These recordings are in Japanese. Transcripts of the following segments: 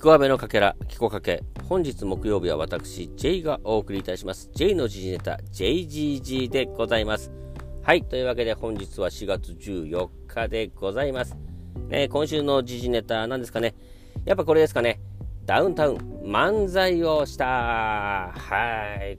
くわべのかけら、きこかけ。本日木曜日は私 J がお送りいたします J の時事ネタ JGG でございます。はい、というわけで本日は4月14日でございます。今週の時事ネタなんですかね。やっぱこれですかね。ダウンタウン漫才をした。はい、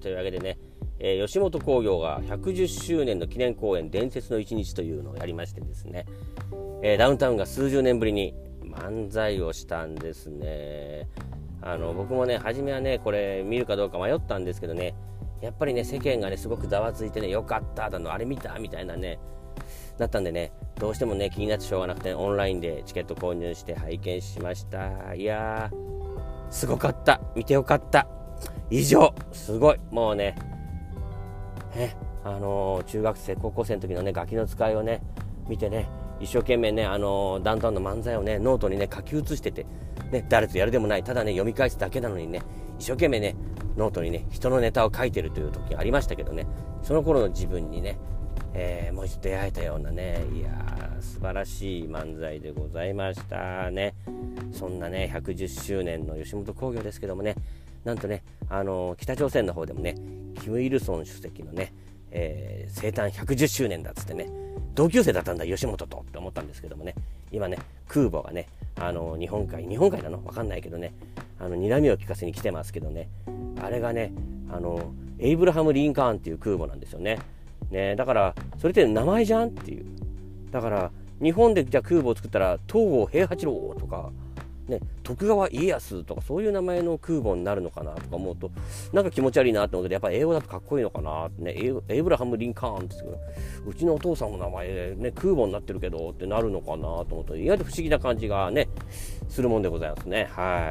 というわけでね、吉本興業が110周年の記念公演伝説の一日というのをやりましてですね、ダウンタウンが数十年ぶりに漫才をしたんですね。僕もね初めはねこれ見るかどうか迷ったんですけどね、やっぱりね世間がねすごくざわついてね、よかっただのあれ見たみたいなねだったんでね、どうしてもね気になってしょうがなくて、オンラインでチケット購入して拝見しました。いやーすごかった、見てよかった、以上。すごい、もうね中学生高校生の時のねガキの使いをね見てね、一生懸命ねダウンタウンの漫才をねノートにね書き写しててね、誰とやるでもない、ただね読み返すだけなのにね、一生懸命ねノートにね人のネタを書いてるという時がありましたけどね、その頃の自分にね、もう一度出会えたようなね、いやー素晴らしい漫才でございましたね。そんなね110周年の吉本興業ですけどもね、なんとね北朝鮮の方でもねキム・イルソン主席のね、生誕110周年だっつってね、同級生だったんだ吉本とって思ったんですけどもね、今ね空母がね日本海なの分かんないけどね、睨みを利かせに来てますけどね、あれがねエイブラハム・リンカーンっていう空母なんですよね。だからそれって名前じゃんっていう、だから日本でじゃあ空母を作ったら東郷平八郎とかね、徳川家康とかそういう名前の空母になるのかなとか思うとなんか気持ち悪いなって思うけど、やっぱ英語だとかっこいいのかなってね、エイブラハム・リンカーンって言うんですけど、うちのお父さんの名前で、ね、空母になってるけどってなるのかなと思うと、意外と不思議な感じがねするもんでございますね。はい、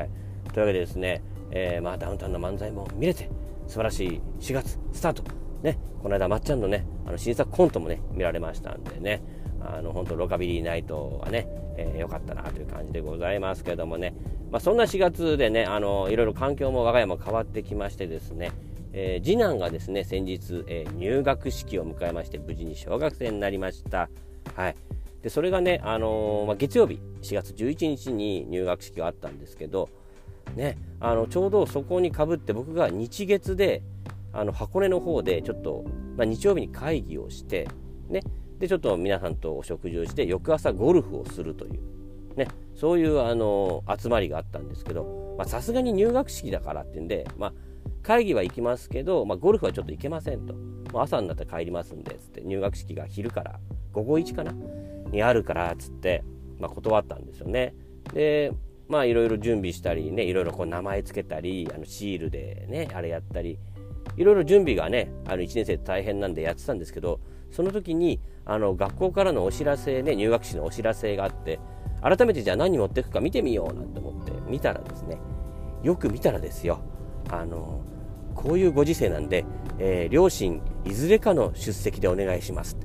というわけでですね、ダウンタウンの漫才も見れて素晴らしい4月スタートね。この間まっちゃんのね新作コントもね見られましたんでね、本当ロカビリーナイトはね良かったなという感じでございますけどもね、そんな4月でねいろいろ環境も我が家も変わってきましてですね、次男がですね先日、入学式を迎えまして無事に小学生になりました。はい、でそれがね、月曜日4月11日に入学式があったんですけどね、ちょうどそこにかぶって僕が日月で箱根の方でちょっと、日曜日に会議をしてね、でちょっと皆さんとお食事をして翌朝ゴルフをするというね、そういう集まりがあったんですけど、さすがに入学式だからっていうんで、会議は行きますけど、ゴルフはちょっと行けませんと、朝になったら帰りますんでつって、入学式が昼から午後1かなにあるからつって、断ったんですよね。でいろいろ準備したりね、いろいろこう名前つけたりシールでねあれやったり、いろいろ準備がね1年生大変なんでやってたんですけど、その時に学校からのお知らせね、入学式のお知らせがあって、改めてじゃあ何持っていくか見てみようなんて思って見たらですね、よく見たらですよ、こういうご時世なんで、両親いずれかの出席でお願いしますって。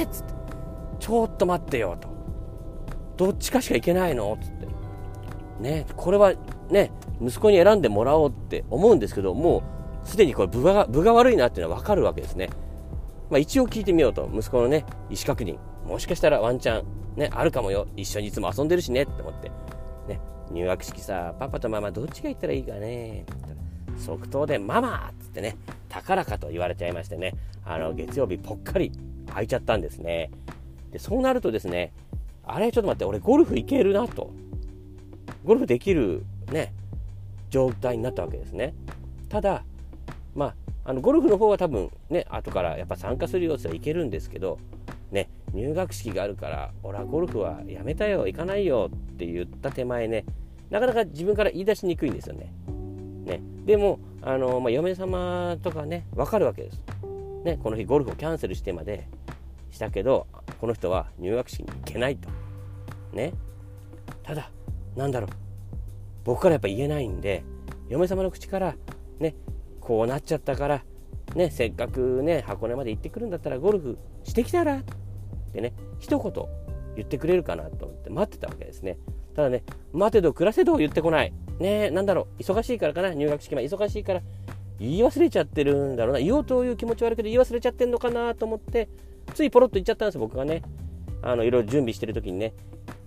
つってちょっと待ってよと、どっちかしか行けないのつってね、これはね息子に選んでもらおうって思うんですけど、もうすでにこれ分が悪いなっていうのは分かるわけですね。一応聞いてみようと、息子のね意思確認、もしかしたらワンチャンねあるかもよ、一緒にいつも遊んでるしねって思ってね、入学式さパパとママどっちが行ったらいいかねって言ったら即答でママっつってね高らかと言われちゃいましてね、月曜日ぽっかり空いちゃったんですね。でそうなるとですね、あれちょっと待って、俺ゴルフ行けるなと、ゴルフできるね状態になったわけですね。ただゴルフの方は多分ね後からやっぱ参加する様子はいけるんですけどね、入学式があるから俺はゴルフはやめたよ、行かないよって言った手前ね、なかなか自分から言い出しにくいんですよね。でも嫁様とかね分かるわけですね。この日ゴルフをキャンセルしてまでしたけど、この人は入学式に行けないとね。ただ僕からやっぱ言えないんで、嫁様の口からねこうなっちゃったからね、せっかくね箱根まで行ってくるんだったらゴルフしてきたらってね一言言ってくれるかなと思って待ってたわけですね。ただね、待てど暮らせど言ってこないね。忙しいからかな、入学式忙しいから言い忘れちゃってるんだろうな、言おうという気持ち悪くて言い忘れちゃってんのかなと思って、ついポロッと言っちゃったんです僕がね。いろいろ準備してる時にね、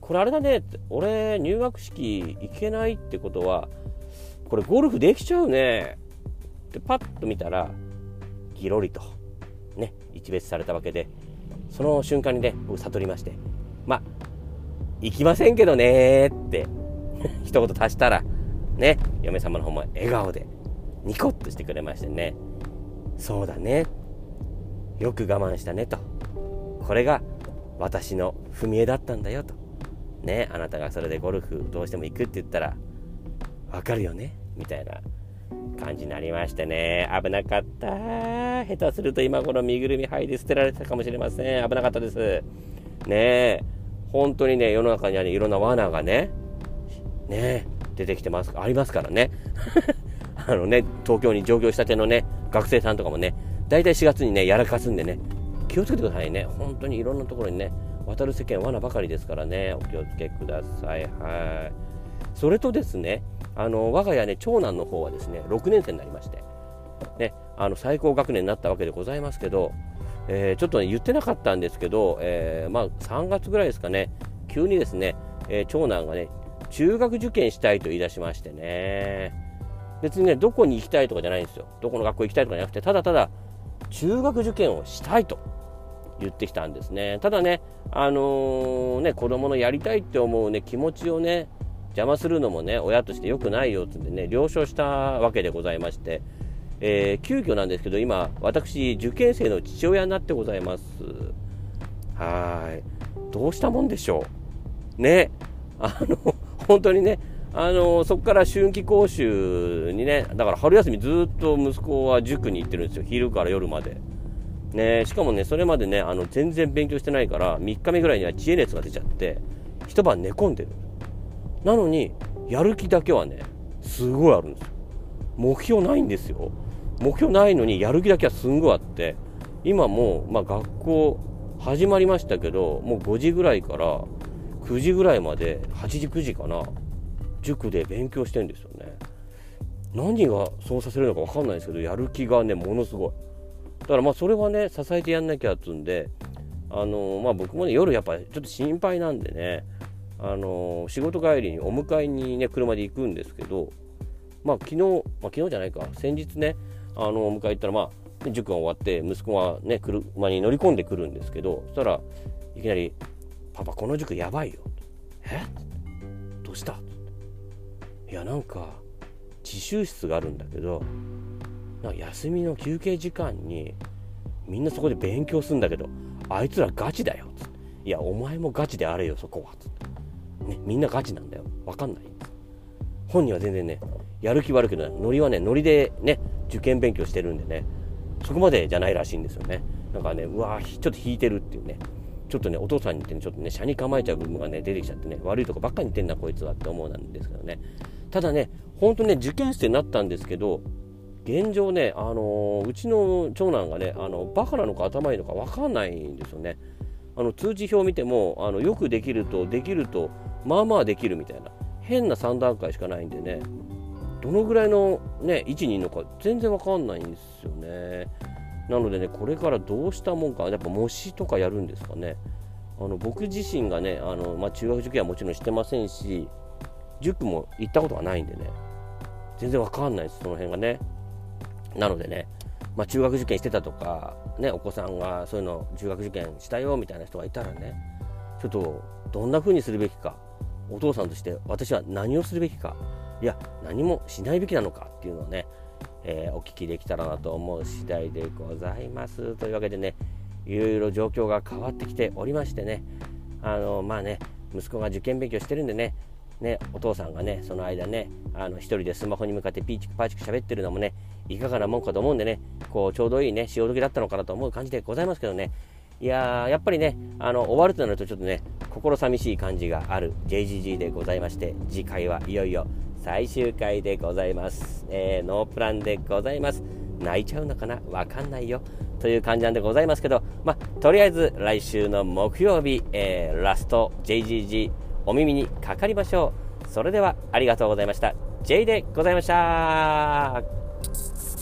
これあれだねって、俺入学式行けないってことはこれゴルフできちゃうねってパッと見たらギロリとね一別されたわけで、その瞬間にね僕悟りまして、まあ行きませんけどねって一言足したらね、嫁様の方も笑顔でニコッとしてくれましてね、そうだね、よく我慢したねと、これが私の踏み絵だったんだよとね、あなたがそれでゴルフどうしても行くって言ったらわかるよねみたいな感じになりましてね、危なかった。下手すると今頃身ぐるみ剥いで捨てられてたかもしれません。危なかったですね。本当にね、世の中にあるいろんな罠がね出てきてますありますからね東京に上京したてのね学生さんとかもね、だいたい4月にねやらかすんでね、気をつけてくださいね。本当にいろんなところにね渡る世間罠ばかりですからね、お気をつけください。はい。それとですね、我が家ね長男の方はですね6年生になりましてね、最高学年になったわけでございますけど、ちょっとね言ってなかったんですけど、3月ぐらいですかね、急にですね、長男がね中学受験したいと言い出しましてね、別にねどこに行きたいとかじゃないんですよ、どこの学校行きたいとかじゃなくて、ただただ中学受験をしたいと言ってきたんですね。ただね子供のやりたいって思うね気持ちをね邪魔するのもね親として良くないよって言ってね了承したわけでございまして、急遽なんですけど今私受験生の父親になってございます。はい、どうしたもんでしょうね。本当にねそこから春季講習にね、だから春休みずっと息子は塾に行ってるんですよ、昼から夜までね。しかもねそれまでね全然勉強してないから3日目ぐらいには知恵熱が出ちゃって一晩寝込んでる。なのにやる気だけはねすごいあるんですよ。目標ないんですよ。目標ないのにやる気だけはすんごいあって、今もう、学校始まりましたけどもう5時ぐらいから9時ぐらいまで8時9時かな塾で勉強してるんですよね。何がそうさせるのか分かんないですけどやる気がねものすごい。だからそれはね支えてやんなきゃっつんで僕もね夜やっぱりちょっと心配なんでね仕事帰りにお迎えにね車で行くんですけど、昨日じゃないか先日ねお迎え行ったら塾が終わって息子がね車に乗り込んでくるんですけど、そしたらいきなりパパこの塾やばいよ。えどうした？いやなんか自習室があるんだけど休みの休憩時間にみんなそこで勉強するんだけどあいつらガチだよ。いやお前もガチであれよそこはね、みんなガチなんだよ。わかんない。本人は全然ねやる気悪いけどノリはねノリでね受験勉強してるんでねそこまでじゃないらしいんですよね。なんかねちょっと引いてるっていうね、ちょっとねお父さんに言ってねちょっとね車に構えちゃう部分がね出てきちゃってね悪いとこばっかり似てんなこいつはって思うんですけどね。ただね本当ね受験生になったんですけど現状ねうちの長男がねバカなのか頭いいのか分かんないんですよね。通知表見てもよくできるとまあまあできるみたいな変な3段階しかないんでね、どのぐらいのね位置にいるのか全然わかんないんですよね。なのでねこれからどうしたもんか、やっぱ模試とかやるんですかね。僕自身がね中学受験はもちろんしてませんし塾も行ったことがないんでね全然わかんないですその辺がね。なのでね中学受験してたとかねお子さんがそういうの中学受験したよみたいな人がいたらねちょっとどんな風にするべきか、お父さんとして私は何をするべきか、いや何もしないべきなのかっていうのをね、お聞きできたらなと思う次第でございます。というわけでねいろいろ状況が変わってきておりましてね息子が受験勉強してるんでねお父さんがねその間ね一人でスマホに向かってピーチクパーチク喋ってるのもねいかがなもんかと思うんでねちょうどいいね潮時だったのかなと思う感じでございますけどね。いややっぱりね終わるとなるとちょっとね心寂しい感じがある JGG でございまして、次回はいよいよ最終回でございます。ノープランでございます。泣いちゃうのかなわかんないよという感じなんでございますけど、とりあえず来週の木曜日、ラスト JGG お耳にかかりましょう。それではありがとうございました。J でございました。